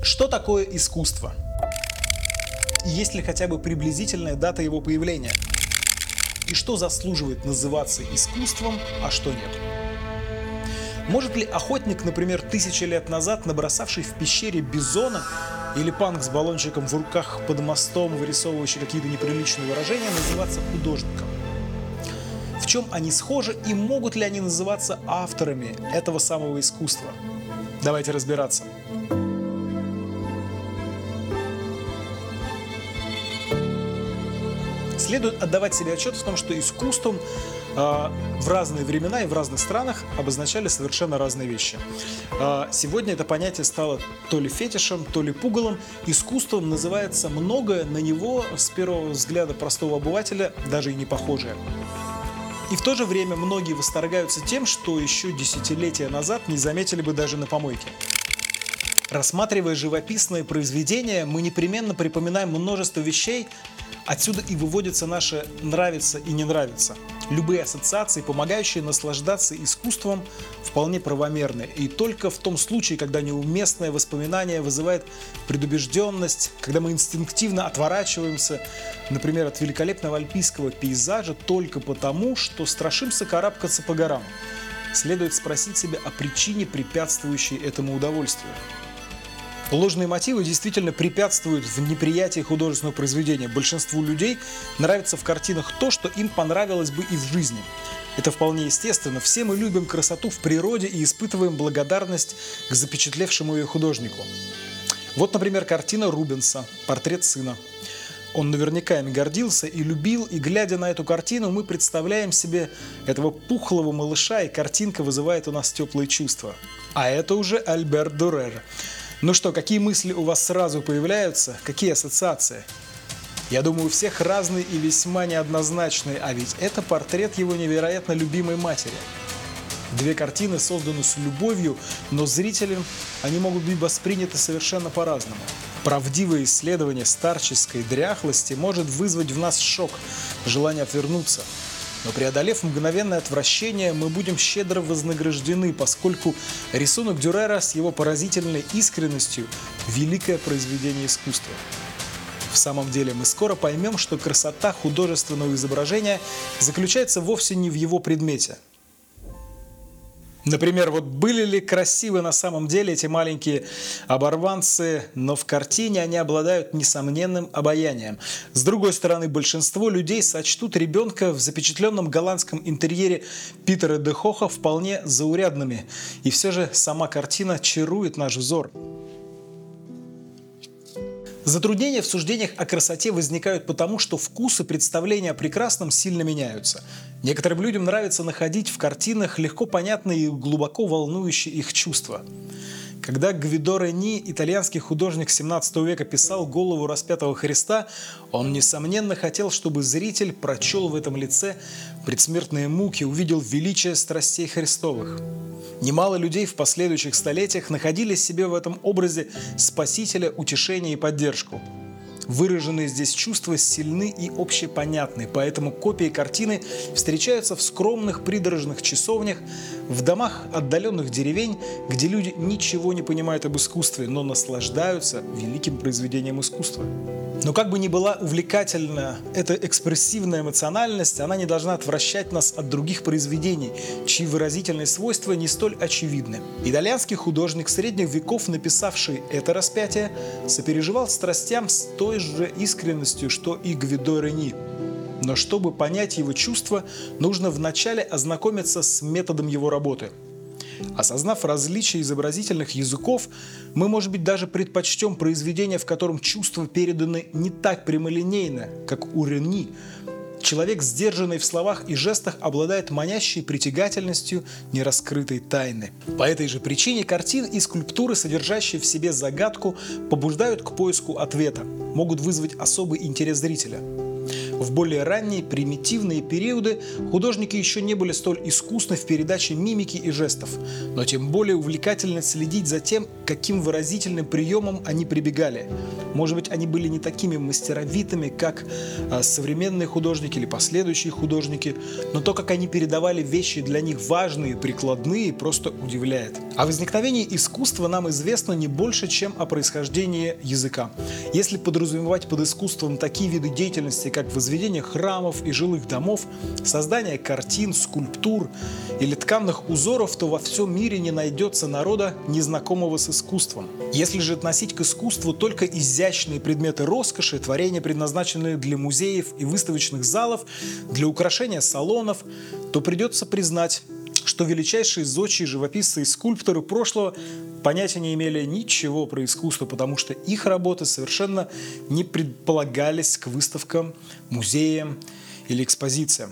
Что такое искусство? И есть ли хотя бы приблизительная дата его появления? И что заслуживает называться искусством, а что нет? Может ли охотник, например, 1000 лет назад, набросавший в пещере бизона, или панк с баллончиком в руках под мостом, вырисовывающий какие-то неприличные выражения, называться художником? В чем они схожи и могут ли они называться авторами этого самого искусства? Давайте разбираться. Следует отдавать себе отчет в том, что искусством в разные времена и в разных странах обозначали совершенно разные вещи. Сегодня это понятие стало то ли фетишем, то ли пугалом. Искусством называется многое, на него с первого взгляда простого обывателя даже и не похожее. И в то же время многие восторгаются тем, что еще десятилетия назад не заметили бы даже на помойке. Рассматривая живописные произведения, мы непременно припоминаем множество вещей. Отсюда и выводится наше «нравится» и «не нравится». Любые ассоциации, помогающие наслаждаться искусством, вполне правомерны. И только в том случае, когда неуместное воспоминание вызывает предубежденность, когда мы инстинктивно отворачиваемся, например, от великолепного альпийского пейзажа только потому, что страшимся карабкаться по горам, следует спросить себя о причине, препятствующей этому удовольствию. Ложные мотивы действительно препятствуют в неприятии художественного произведения. Большинству людей нравится в картинах то, что им понравилось бы и в жизни. Это вполне естественно. Все мы любим красоту в природе и испытываем благодарность к запечатлевшему ее художнику. Вот, например, картина Рубенса «Портрет сына». Он наверняка ими гордился и любил, и, глядя на эту картину, мы представляем себе этого пухлого малыша, и картинка вызывает у нас теплые чувства. А это уже Альбер Дюрер. Ну что, какие мысли у вас сразу появляются? Какие ассоциации? Я думаю, у всех разные и весьма неоднозначные, а ведь это портрет его невероятно любимой матери. Две картины созданы с любовью, но зрителям они могут быть восприняты совершенно по-разному. Правдивое исследование старческой дряхлости может вызвать в нас шок, желание отвернуться. Но преодолев мгновенное отвращение, мы будем щедро вознаграждены, поскольку рисунок Дюрера с его поразительной искренностью – великое произведение искусства. В самом деле, мы скоро поймем, что красота художественного изображения заключается вовсе не в его предмете. Например, вот были ли красивы на самом деле эти маленькие оборванцы, но в картине они обладают несомненным обаянием. С другой стороны, большинство людей сочтут ребенка в запечатленном голландском интерьере Питера де Хоха вполне заурядными. И все же сама картина чарует наш взор. Затруднения в суждениях о красоте возникают потому, что вкусы представления о прекрасном сильно меняются. Некоторым людям нравится находить в картинах легко понятные и глубоко волнующие их чувства. Когда Гвидо Рени, итальянский художник XVII века, писал голову распятого Христа, он, несомненно, хотел, чтобы зритель прочел в этом лице предсмертные муки, увидел величие страстей Христовых. Немало людей в последующих столетиях находили себе в этом образе спасителя, утешения и поддержку. Выраженные здесь чувства сильны и общепонятны, поэтому копии картины встречаются в скромных придорожных часовнях, в домах отдаленных деревень, где люди ничего не понимают об искусстве, но наслаждаются великим произведением искусства. Но как бы ни была увлекательна эта экспрессивная эмоциональность, она не должна отвращать нас от других произведений, чьи выразительные свойства не столь очевидны. Итальянский художник средних веков, написавший это распятие, сопереживал страстям с той же искренностью, что и Гвидо Рени. Но чтобы понять его чувства, нужно вначале ознакомиться с методом его работы. Осознав различия изобразительных языков, мы, может быть, даже предпочтем произведение, в котором чувства переданы не так прямолинейно, как у Рени. Человек, сдержанный в словах и жестах, обладает манящей притягательностью нераскрытой тайны. По этой же причине картины и скульптуры, содержащие в себе загадку, побуждают к поиску ответа, могут вызвать особый интерес зрителя. В более ранние примитивные периоды художники еще не были столь искусны в передаче мимики и жестов, но тем более увлекательно следить за тем, каким выразительным приемам они прибегали. Может быть, они были не такими мастеровитыми, как современные художники или последующие художники, но то, как они передавали вещи для них важные, прикладные, просто удивляет. О возникновении искусства нам известно не больше, чем о происхождении языка. Если подразумевать под искусством такие виды деятельности, как возведение храмов и жилых домов, создание картин, скульптур или тканных узоров, то во всем мире не найдется народа, незнакомого с искусством. Если же относить к искусству только изящные предметы роскоши, творения, предназначенные для музеев и выставочных залов, для украшения салонов, то придется признать, что величайшие зодчие, живописцы и скульпторы прошлого понятия не имели ничего про искусство, потому что их работы совершенно не предполагались к выставкам, музеям или экспозициям.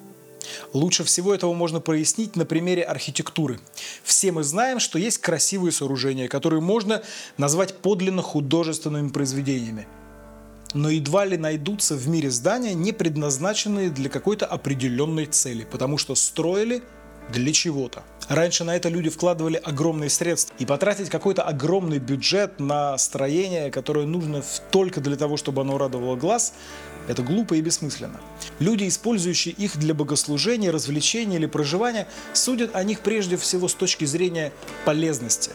Лучше всего этого можно прояснить на примере архитектуры. Все мы знаем, что есть красивые сооружения, которые можно назвать подлинно художественными произведениями. Но едва ли найдутся в мире здания, не предназначенные для какой-то определенной цели, потому что строили для чего-то. Раньше на это люди вкладывали огромные средства. И потратить какой-то огромный бюджет на строение, которое нужно только для того, чтобы оно радовало глаз, это глупо и бессмысленно. Люди, использующие их для богослужения, развлечения или проживания, судят о них прежде всего с точки зрения полезности.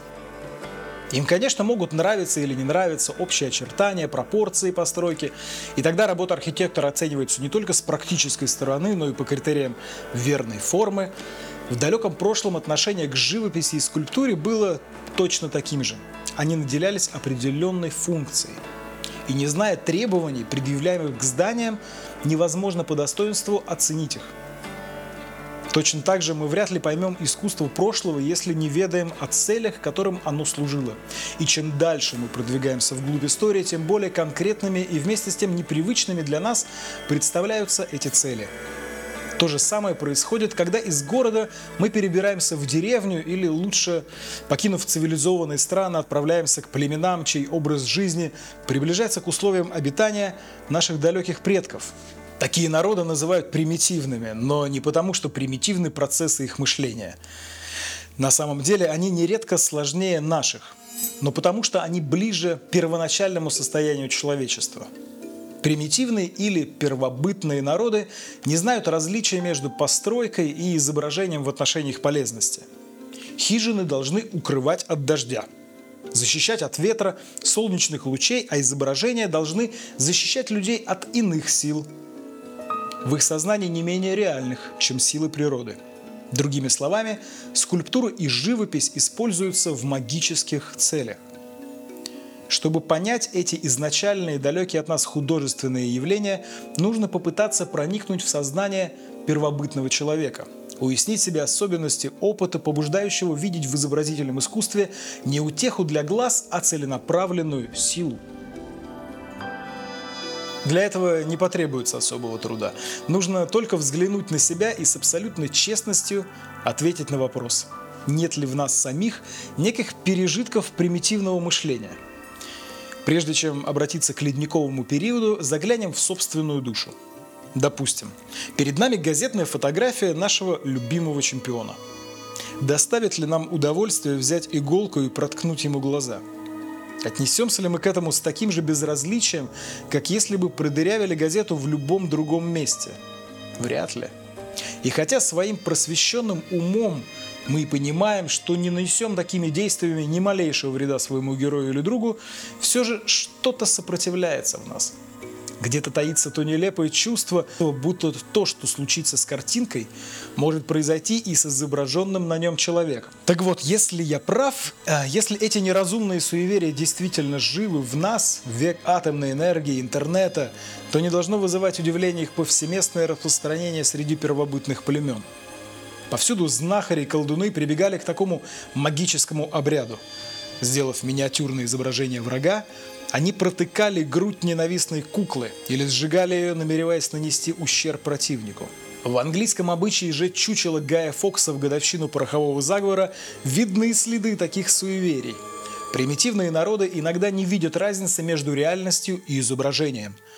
Им, конечно, могут нравиться или не нравиться общие очертания, пропорции постройки, и тогда работа архитектора оценивается не только с практической стороны, но и по критериям верной формы. В далеком прошлом отношение к живописи и скульптуре было точно таким же. Они наделялись определенной функцией. И не зная требований, предъявляемых к зданиям, невозможно по достоинству оценить их. Точно так же мы вряд ли поймем искусство прошлого, если не ведаем о целях, которым оно служило. И чем дальше мы продвигаемся вглубь истории, тем более конкретными и вместе с тем непривычными для нас представляются эти цели. То же самое происходит, когда из города мы перебираемся в деревню или, лучше, покинув цивилизованные страны, отправляемся к племенам, чей образ жизни приближается к условиям обитания наших далеких предков. Такие народы называют примитивными, но не потому, что примитивны процессы их мышления. На самом деле они нередко сложнее наших, но потому что они ближе к первоначальному состоянию человечества. Примитивные или первобытные народы не знают различия между постройкой и изображением в отношении их полезности. Хижины должны укрывать от дождя, защищать от ветра, солнечных лучей, а изображения должны защищать людей от иных сил, в их сознании не менее реальных, чем силы природы. Другими словами, скульптура и живопись используются в магических целях. Чтобы понять эти изначальные, далекие от нас художественные явления, нужно попытаться проникнуть в сознание первобытного человека, уяснить себе особенности опыта, побуждающего видеть в изобразительном искусстве не утеху для глаз, а целенаправленную силу. Для этого не потребуется особого труда. Нужно только взглянуть на себя и с абсолютной честностью ответить на вопрос: нет ли в нас самих неких пережитков примитивного мышления? Прежде чем обратиться к ледниковому периоду, заглянем в собственную душу. Допустим, перед нами газетная фотография нашего любимого чемпиона. Доставит ли нам удовольствие взять иголку и проткнуть ему глаза? Отнесемся ли мы к этому с таким же безразличием, как если бы продырявили газету в любом другом месте? Вряд ли. И хотя своим просвещенным умом мы понимаем, что не нанесем такими действиями ни малейшего вреда своему герою или другу, все же что-то сопротивляется в нас. Где-то таится то нелепое чувство, будто то, что случится с картинкой, может произойти и с изображенным на нем человеком. Так вот, если я прав, если эти неразумные суеверия действительно живы в нас, в век атомной энергии, интернета, то не должно вызывать удивления их повсеместное распространение среди первобытных племен. Повсюду знахари и колдуны прибегали к такому магическому обряду. Сделав миниатюрное изображение врага, они протыкали грудь ненавистной куклы или сжигали ее, намереваясь нанести ущерб противнику. В английском обычае же чучела Гая Фокса в годовщину порохового заговора видны следы таких суеверий. Примитивные народы иногда не видят разницы между реальностью и изображением.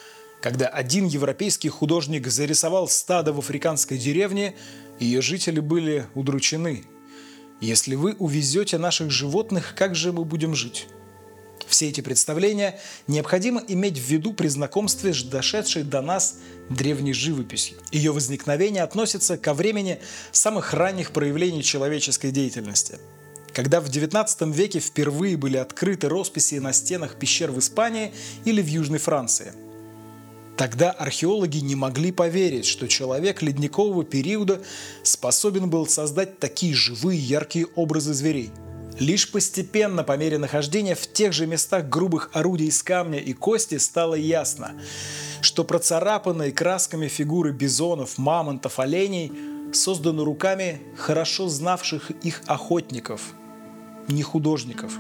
Когда один европейский художник зарисовал стадо в африканской деревне, ее жители были удручены. «Если вы увезете наших животных, как же мы будем жить?» Все эти представления необходимо иметь в виду при знакомстве с дошедшей до нас древней живописью. Ее возникновение относится ко времени самых ранних проявлений человеческой деятельности. Когда в XIX веке впервые были открыты росписи на стенах пещер в Испании или в Южной Франции. Тогда археологи не могли поверить, что человек ледникового периода способен был создать такие живые яркие образы зверей. Лишь постепенно, по мере нахождения в тех же местах грубых орудий из камня и кости, стало ясно, что процарапанные красками фигуры бизонов, мамонтов, оленей созданы руками хорошо знавших их охотников, не художников.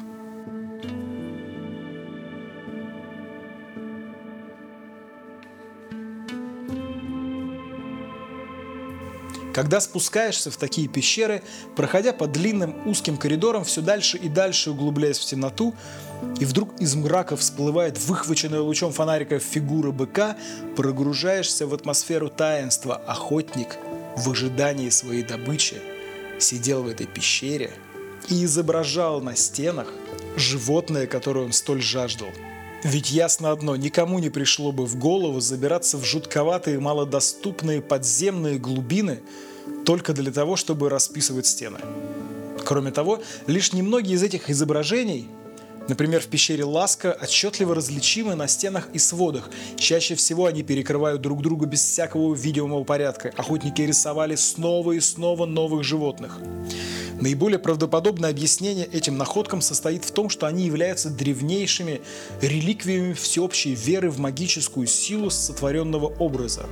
Когда спускаешься в такие пещеры, проходя по длинным узким коридорам, все дальше и дальше углубляясь в темноту, и вдруг из мрака всплывает выхваченная лучом фонарика фигура быка, прогружаешься в атмосферу таинства. Охотник в ожидании своей добычи сидел в этой пещере и изображал на стенах животное, которое он столь жаждал. Ведь ясно одно, никому не пришло бы в голову забираться в жутковатые, малодоступные подземные глубины только для того, чтобы расписывать стены. Кроме того, лишь немногие из этих изображений, например, в пещере Ласка, отчетливо различимы на стенах и сводах. Чаще всего они перекрывают друг друга без всякого видимого порядка. Охотники рисовали снова и снова новых животных. Наиболее правдоподобное объяснение этим находкам состоит в том, что они являются древнейшими реликвиями всеобщей веры в магическую силу сотворенного образа.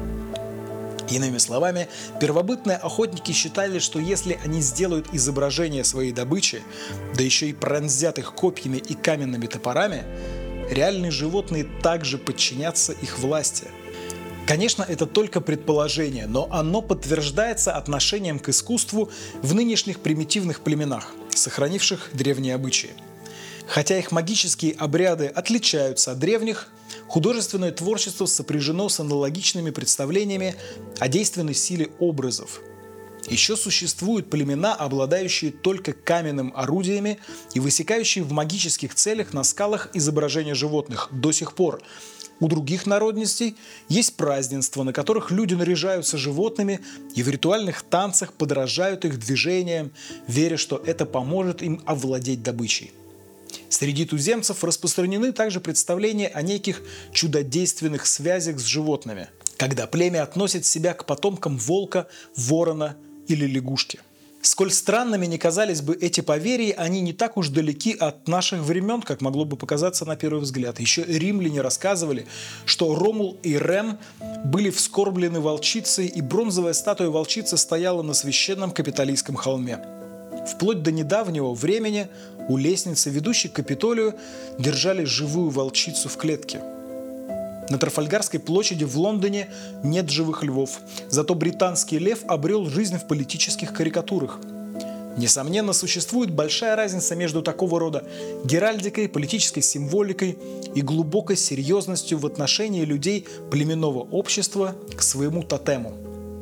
Иными словами, первобытные охотники считали, что если они сделают изображение своей добычи, да еще и пронзят их копьями и каменными топорами, реальные животные также подчинятся их власти. Конечно, это только предположение, но оно подтверждается отношением к искусству в нынешних примитивных племенах, сохранивших древние обычаи. Хотя их магические обряды отличаются от древних, художественное творчество сопряжено с аналогичными представлениями о действенной силе образов. Еще существуют племена, обладающие только каменным орудиями и высекающие в магических целях на скалах изображения животных до сих пор. У других народностей есть празднества, на которых люди наряжаются животными и в ритуальных танцах подражают их движениям, веря, что это поможет им овладеть добычей. Среди туземцев распространены также представления о неких чудодейственных связях с животными, когда племя относит себя к потомкам волка, ворона или лягушки. Сколь странными ни казались бы эти поверья, они не так уж далеки от наших времен, как могло бы показаться на первый взгляд. Еще римляне рассказывали, что Ромул и Рем были вскорблены волчицей, и бронзовая статуя волчицы стояла на священном Капитолийском холме. Вплоть до недавнего времени у лестницы, ведущей к Капитолию, держали живую волчицу в клетке. На Трафальгарской площади в Лондоне нет живых львов, зато британский лев обрел жизнь в политических карикатурах. Несомненно, существует большая разница между такого рода геральдикой, политической символикой и глубокой серьезностью в отношении людей племенного общества к своему тотему.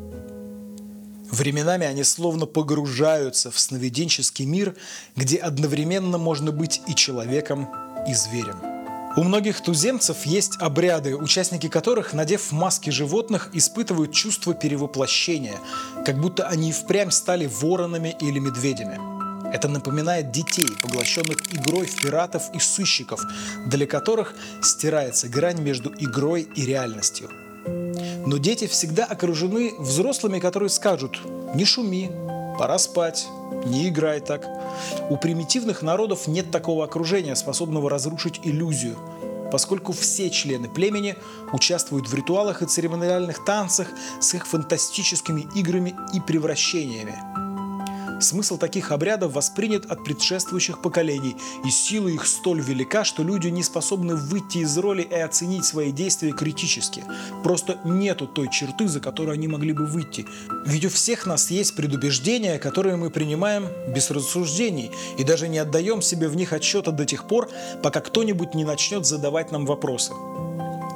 Временами они словно погружаются в сновиденческий мир, где одновременно можно быть и человеком, и зверем. У многих туземцев есть обряды, участники которых, надев маски животных, испытывают чувство перевоплощения, как будто они и впрямь стали воронами или медведями. Это напоминает детей, поглощенных игрой в пиратов и сыщиков, для которых стирается грань между игрой и реальностью. Но дети всегда окружены взрослыми, которые скажут: «Не шуми, пора спать, не играй так». У примитивных народов нет такого окружения, способного разрушить иллюзию, поскольку все члены племени участвуют в ритуалах и церемониальных танцах с их фантастическими играми и превращениями. Смысл таких обрядов воспринят от предшествующих поколений, и сила их столь велика, что люди не способны выйти из роли и оценить свои действия критически. Просто нету той черты, за которую они могли бы выйти. Ведь у всех нас есть предубеждения, которые мы принимаем без рассуждений и даже не отдаем себе в них отчета до тех пор, пока кто-нибудь не начнет задавать нам вопросы.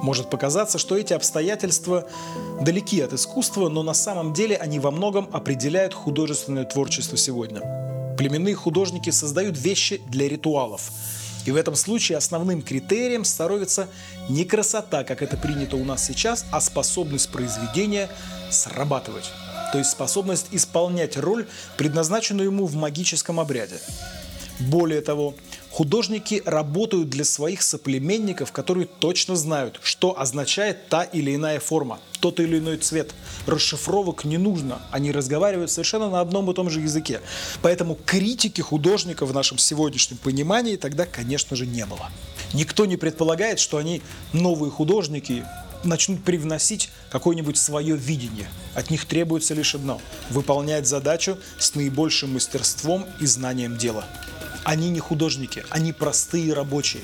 Может показаться, что эти обстоятельства далеки от искусства, но на самом деле они во многом определяют художественное творчество сегодня. Племенные художники создают вещи для ритуалов. И в этом случае основным критерием становится не красота, как это принято у нас сейчас, а способность произведения срабатывать. То есть способность исполнять роль, предназначенную ему в магическом обряде. Более того, художники работают для своих соплеменников, которые точно знают, что означает та или иная форма, тот или иной цвет. Расшифровок не нужно, они разговаривают совершенно на одном и том же языке. Поэтому критики художников в нашем сегодняшнем понимании тогда, конечно же, не было. Никто не предполагает, что они, новые художники, начнут привносить какое-нибудь свое видение. От них требуется лишь одно – выполнять задачу с наибольшим мастерством и знанием дела. Они не художники, они простые рабочие.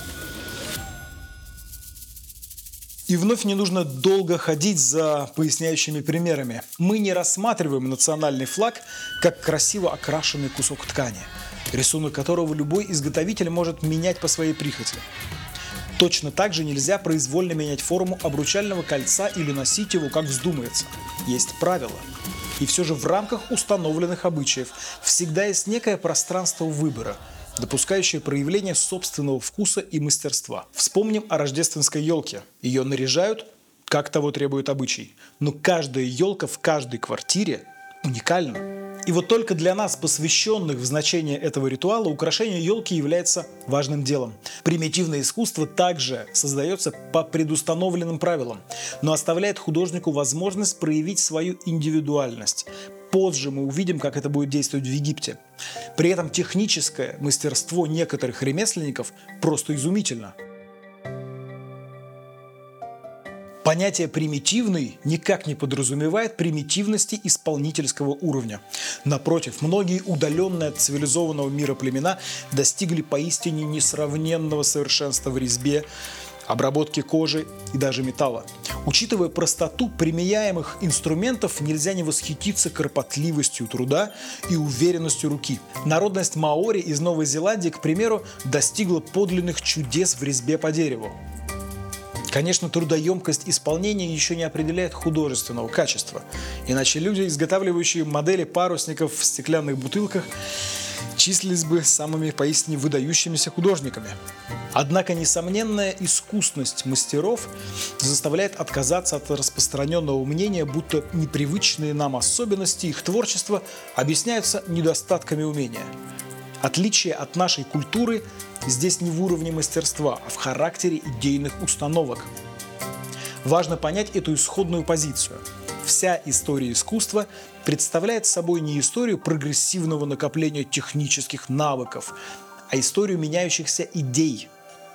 И вновь не нужно долго ходить за поясняющими примерами. Мы не рассматриваем национальный флаг как красиво окрашенный кусок ткани, рисунок которого любой изготовитель может менять по своей прихоти. Точно так же нельзя произвольно менять форму обручального кольца или носить его, как вздумается. Есть правила. И все же в рамках установленных обычаев всегда есть некое пространство выбора, допускающее проявление собственного вкуса и мастерства. Вспомним о рождественской елке. Ее наряжают, как того требует обычай. Но каждая елка в каждой квартире уникальна. И вот только для нас, посвященных в значение этого ритуала, украшение елки является важным делом. Примитивное искусство также создается по предустановленным правилам, но оставляет художнику возможность проявить свою индивидуальность. Позже мы увидим, как это будет действовать в Египте. При этом техническое мастерство некоторых ремесленников просто изумительно. Понятие «примитивный» никак не подразумевает примитивности исполнительского уровня. Напротив, многие удаленные от цивилизованного мира племена достигли поистине несравненного совершенства в резьбе, обработке кожи и даже металла. Учитывая простоту применяемых инструментов, нельзя не восхититься кропотливостью труда и уверенностью руки. Народность маори из Новой Зеландии, к примеру, достигла подлинных чудес в резьбе по дереву. Конечно, трудоемкость исполнения еще не определяет художественного качества, иначе люди, изготавливающие модели парусников в стеклянных бутылках, числились бы самыми поистине выдающимися художниками. Однако несомненная искусность мастеров заставляет отказаться от распространенного мнения, будто непривычные нам особенности их творчества объясняются недостатками умения. Отличие от нашей культуры здесь не в уровне мастерства, а в характере идейных установок. Важно понять эту исходную позицию. Вся история искусства представляет собой не историю прогрессивного накопления технических навыков, а историю меняющихся идей.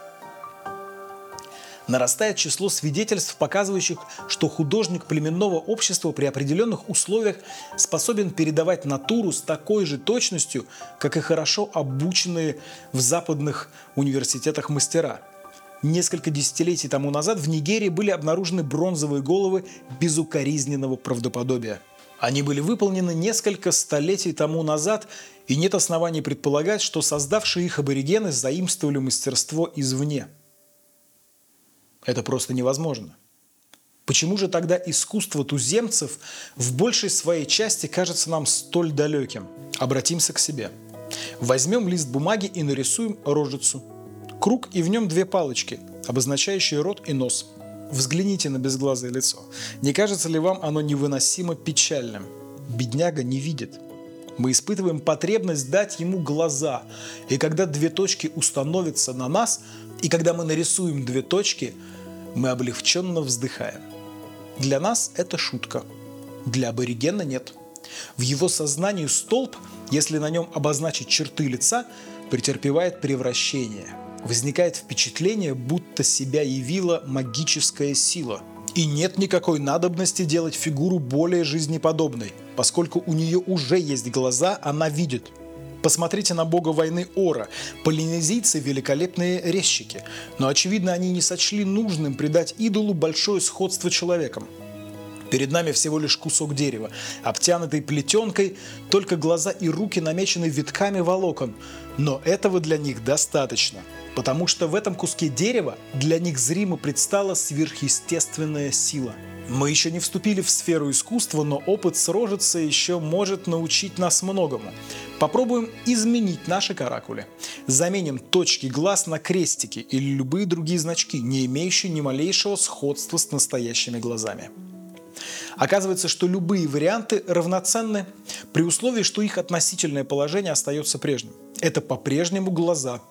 Нарастает число свидетельств, показывающих, что художник племенного общества при определенных условиях способен передавать натуру с такой же точностью, как и хорошо обученные в западных университетах мастера. Несколько десятилетий тому назад в Нигерии были обнаружены бронзовые головы безукоризненного правдоподобия. Они были выполнены несколько столетий тому назад, и нет оснований предполагать, что создавшие их аборигены заимствовали мастерство извне. Это просто невозможно. Почему же тогда искусство туземцев в большей своей части кажется нам столь далеким? Обратимся к себе. Возьмем лист бумаги и нарисуем рожицу. Круг и в нем две палочки, обозначающие рот и нос. Взгляните на безглазое лицо. Не кажется ли вам оно невыносимо печальным? Бедняга не видит. Мы испытываем потребность дать ему глаза. И когда две точки установятся на нас, и когда мы нарисуем две точки, мы облегченно вздыхаем. Для нас это шутка. Для аборигена нет. В его сознании столб, если на нем обозначить черты лица, претерпевает превращение. Возникает впечатление, будто себя явила магическая сила. И нет никакой надобности делать фигуру более жизнеподобной, поскольку у нее уже есть глаза, она видит. Посмотрите на бога войны Ора. Полинезийцы – великолепные резчики, но, очевидно, они не сочли нужным придать идолу большое сходство человеком. Перед нами всего лишь кусок дерева, обтянутый плетенкой, только глаза и руки намечены витками волокон, но этого для них достаточно. Потому что в этом куске дерева для них зримо предстала сверхъестественная сила. Мы еще не вступили в сферу искусства, но опыт с рожицей еще может научить нас многому. Попробуем изменить наши каракули. Заменим точки глаз на крестики или любые другие значки, не имеющие ни малейшего сходства с настоящими глазами. Оказывается, что любые варианты равноценны при условии, что их относительное положение остается прежним. Это по-прежнему глаза.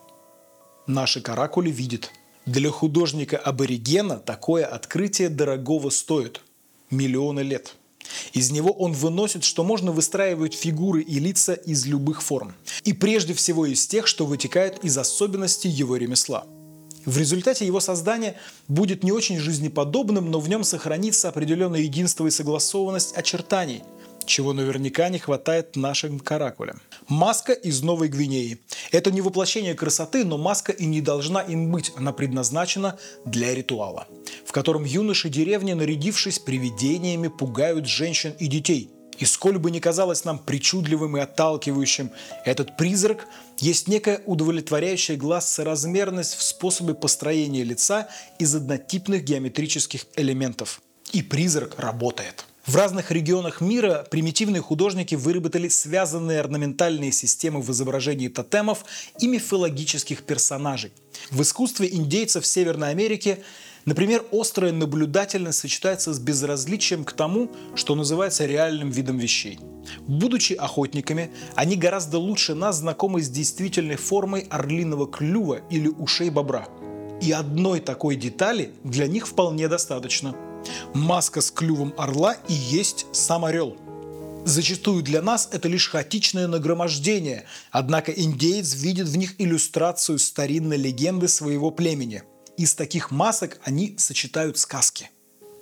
Наши каракули видят. Для художника-аборигена такое открытие дорогого стоит. Миллионы лет. Из него он выносит, что можно выстраивать фигуры и лица из любых форм. И прежде всего из тех, что вытекают из особенностей его ремесла. В результате его создание будет не очень жизнеподобным, но в нем сохранится определенное единство и согласованность очертаний, чего наверняка не хватает нашим каракулям. Маска из Новой Гвинеи. Это не воплощение красоты, но маска и не должна им быть. Она предназначена для ритуала, в котором юноши деревни, нарядившись привидениями, пугают женщин и детей. И сколь бы ни казалось нам причудливым и отталкивающим, этот призрак есть некая удовлетворяющая глаз соразмерность в способе построения лица из однотипных геометрических элементов. И призрак работает. В разных регионах мира примитивные художники выработали связанные орнаментальные системы в изображении тотемов и мифологических персонажей. В искусстве индейцев Северной Америки, например, острая наблюдательность сочетается с безразличием к тому, что называется реальным видом вещей. Будучи охотниками, они гораздо лучше нас знакомы с действительной формой орлиного клюва или ушей бобра. И одной такой детали для них вполне достаточно. Маска с клювом орла и есть сам орел. Зачастую для нас это лишь хаотичное нагромождение, однако индеец видит в них иллюстрацию старинной легенды своего племени. Из таких масок они сочетают сказки.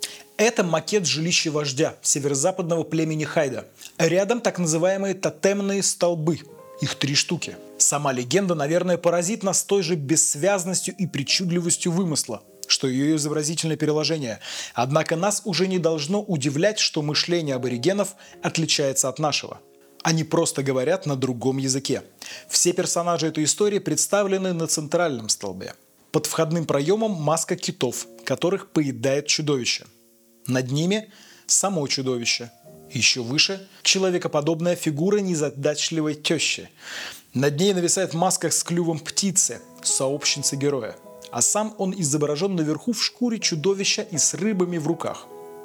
Это макет жилища вождя северо-западного племени Хайда. Рядом так называемые тотемные столбы. Их 3 штуки. Сама легенда, наверное, поразит нас той же бессвязностью и причудливостью вымысла, что ее изобразительное переложение. Однако нас уже не должно удивлять, что мышление аборигенов отличается от нашего. Они просто говорят на другом языке. Все персонажи этой истории представлены на центральном столбе. Под входным проемом маска китов, которых поедает чудовище. Над ними само чудовище. Еще выше – человекоподобная фигура незадачливой тещи. Над ней нависает маска с клювом птицы, сообщницы героя. А сам он изображен наверху в шкуре чудовища и с рыбами в руках.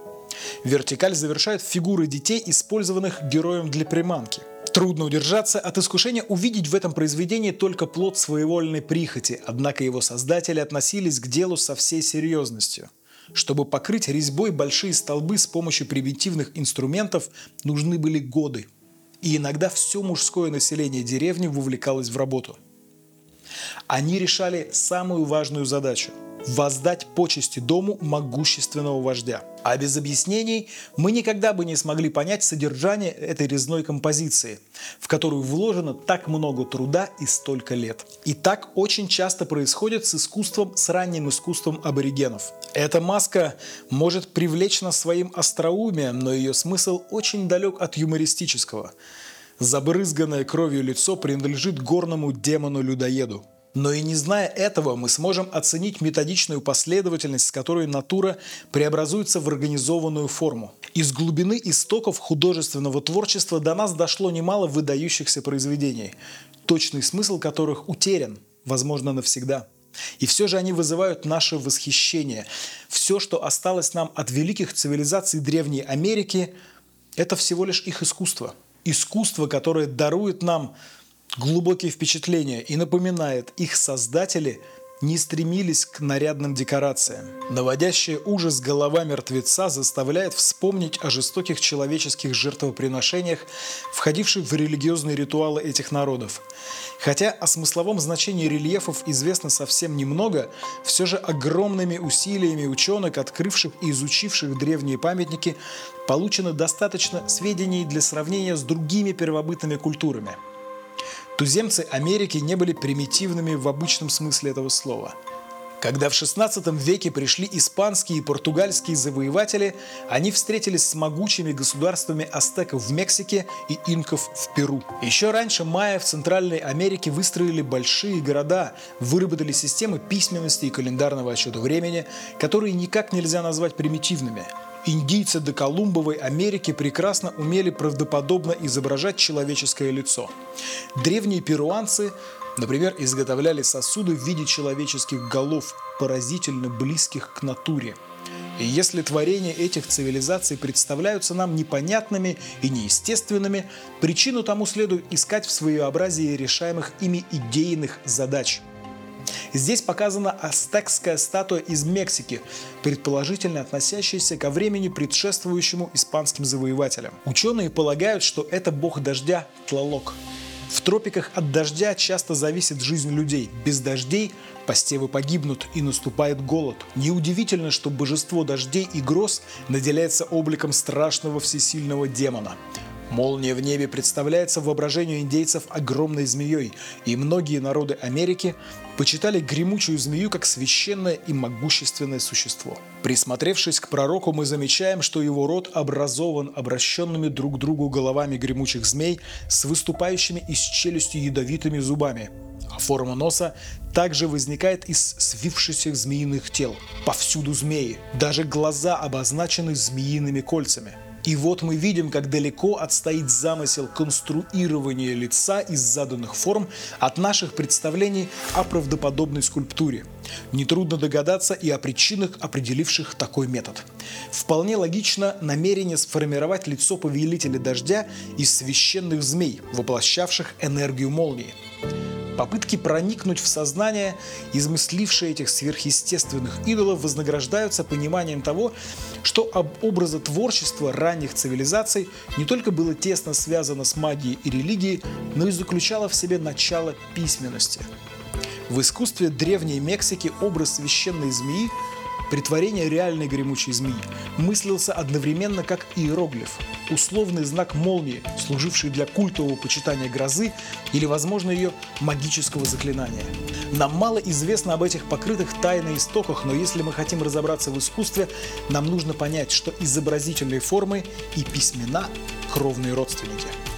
Вертикаль завершает фигуры детей, использованных героем для приманки. Трудно удержаться от искушения увидеть в этом произведении только плод своевольной прихоти, однако его создатели относились к делу со всей серьезностью. Чтобы покрыть резьбой большие столбы с помощью примитивных инструментов, нужны были годы. И иногда все мужское население деревни вовлекалось в работу. Они решали самую важную задачу – воздать почести дому могущественного вождя. А без объяснений мы никогда бы не смогли понять содержание этой резной композиции, в которую вложено так много труда и столько лет. И так очень часто происходит с искусством, с ранним искусством аборигенов. Эта маска может привлечь нас своим остроумием, но ее смысл очень далек от юмористического. Забрызганное кровью лицо принадлежит горному демону-людоеду. Но и не зная этого, мы сможем оценить методичную последовательность, с которой натура преобразуется в организованную форму. Из глубины истоков художественного творчества до нас дошло немало выдающихся произведений, точный смысл которых утерян, возможно, навсегда. И все же они вызывают наше восхищение. Все, что осталось нам от великих цивилизаций Древней Америки, это всего лишь их искусство. Искусство, которое дарует нам глубокие впечатления и напоминает, их создатели не стремились к нарядным декорациям. Наводящая ужас голова мертвеца заставляет вспомнить о жестоких человеческих жертвоприношениях, входивших в религиозные ритуалы этих народов. Хотя о смысловом значении рельефов известно совсем немного, все же огромными усилиями ученых, открывших и изучивших древние памятники, получено достаточно сведений для сравнения с другими первобытными культурами. Туземцы Америки не были примитивными в обычном смысле этого слова. Когда в XVI веке пришли испанские и португальские завоеватели, они встретились с могучими государствами ацтеков в Мексике и инков в Перу. Еще раньше майя в Центральной Америке выстроили большие города, выработали системы письменности и календарного отсчета времени, которые никак нельзя назвать примитивными. Индийцы до Колумбовой Америки прекрасно умели правдоподобно изображать человеческое лицо. Древние перуанцы, например, изготовляли сосуды в виде человеческих голов, поразительно близких к натуре. И если творения этих цивилизаций представляются нам непонятными и неестественными, причину тому следует искать в своеобразии решаемых ими идейных задач. Здесь показана ацтекская статуя из Мексики, предположительно относящаяся ко времени, предшествующему испанским завоевателям. Ученые полагают, что это бог дождя Тлалок. В тропиках от дождя часто зависит жизнь людей. Без дождей посевы погибнут и наступает голод. Неудивительно, что божество дождей и гроз наделяется обликом страшного всесильного демона. Молния в небе представляется воображению индейцев огромной змеей, и многие народы Америки почитали гремучую змею как священное и могущественное существо. Присмотревшись к пророку, мы замечаем, что его рот образован обращенными друг к другу головами гремучих змей с выступающими из челюсти ядовитыми зубами. А форма носа также возникает из свившихся змеиных тел. Повсюду змеи, даже глаза обозначены змеиными кольцами. И вот мы видим, как далеко отстоит замысел конструирования лица из заданных форм от наших представлений о правдоподобной скульптуре. Нетрудно догадаться и о причинах, определивших такой метод. Вполне логично намерение сформировать лицо повелителя дождя из священных змей, воплощавших энергию молнии. Попытки проникнуть в сознание, измыслившие этих сверхъестественных идолов, вознаграждаются пониманием того, что образотворчество ранних цивилизаций не только было тесно связано с магией и религией, но и заключало в себе начало письменности. В искусстве Древней Мексики образ священной змеи, претворение реальной гремучей змеи, мыслился одновременно как иероглиф, условный знак молнии, служивший для культового почитания грозы или, возможно, ее магического заклинания. Нам мало известно об этих покрытых тайной истоках, но если мы хотим разобраться в искусстве, нам нужно понять, что изобразительные формы и письмена – кровные родственники.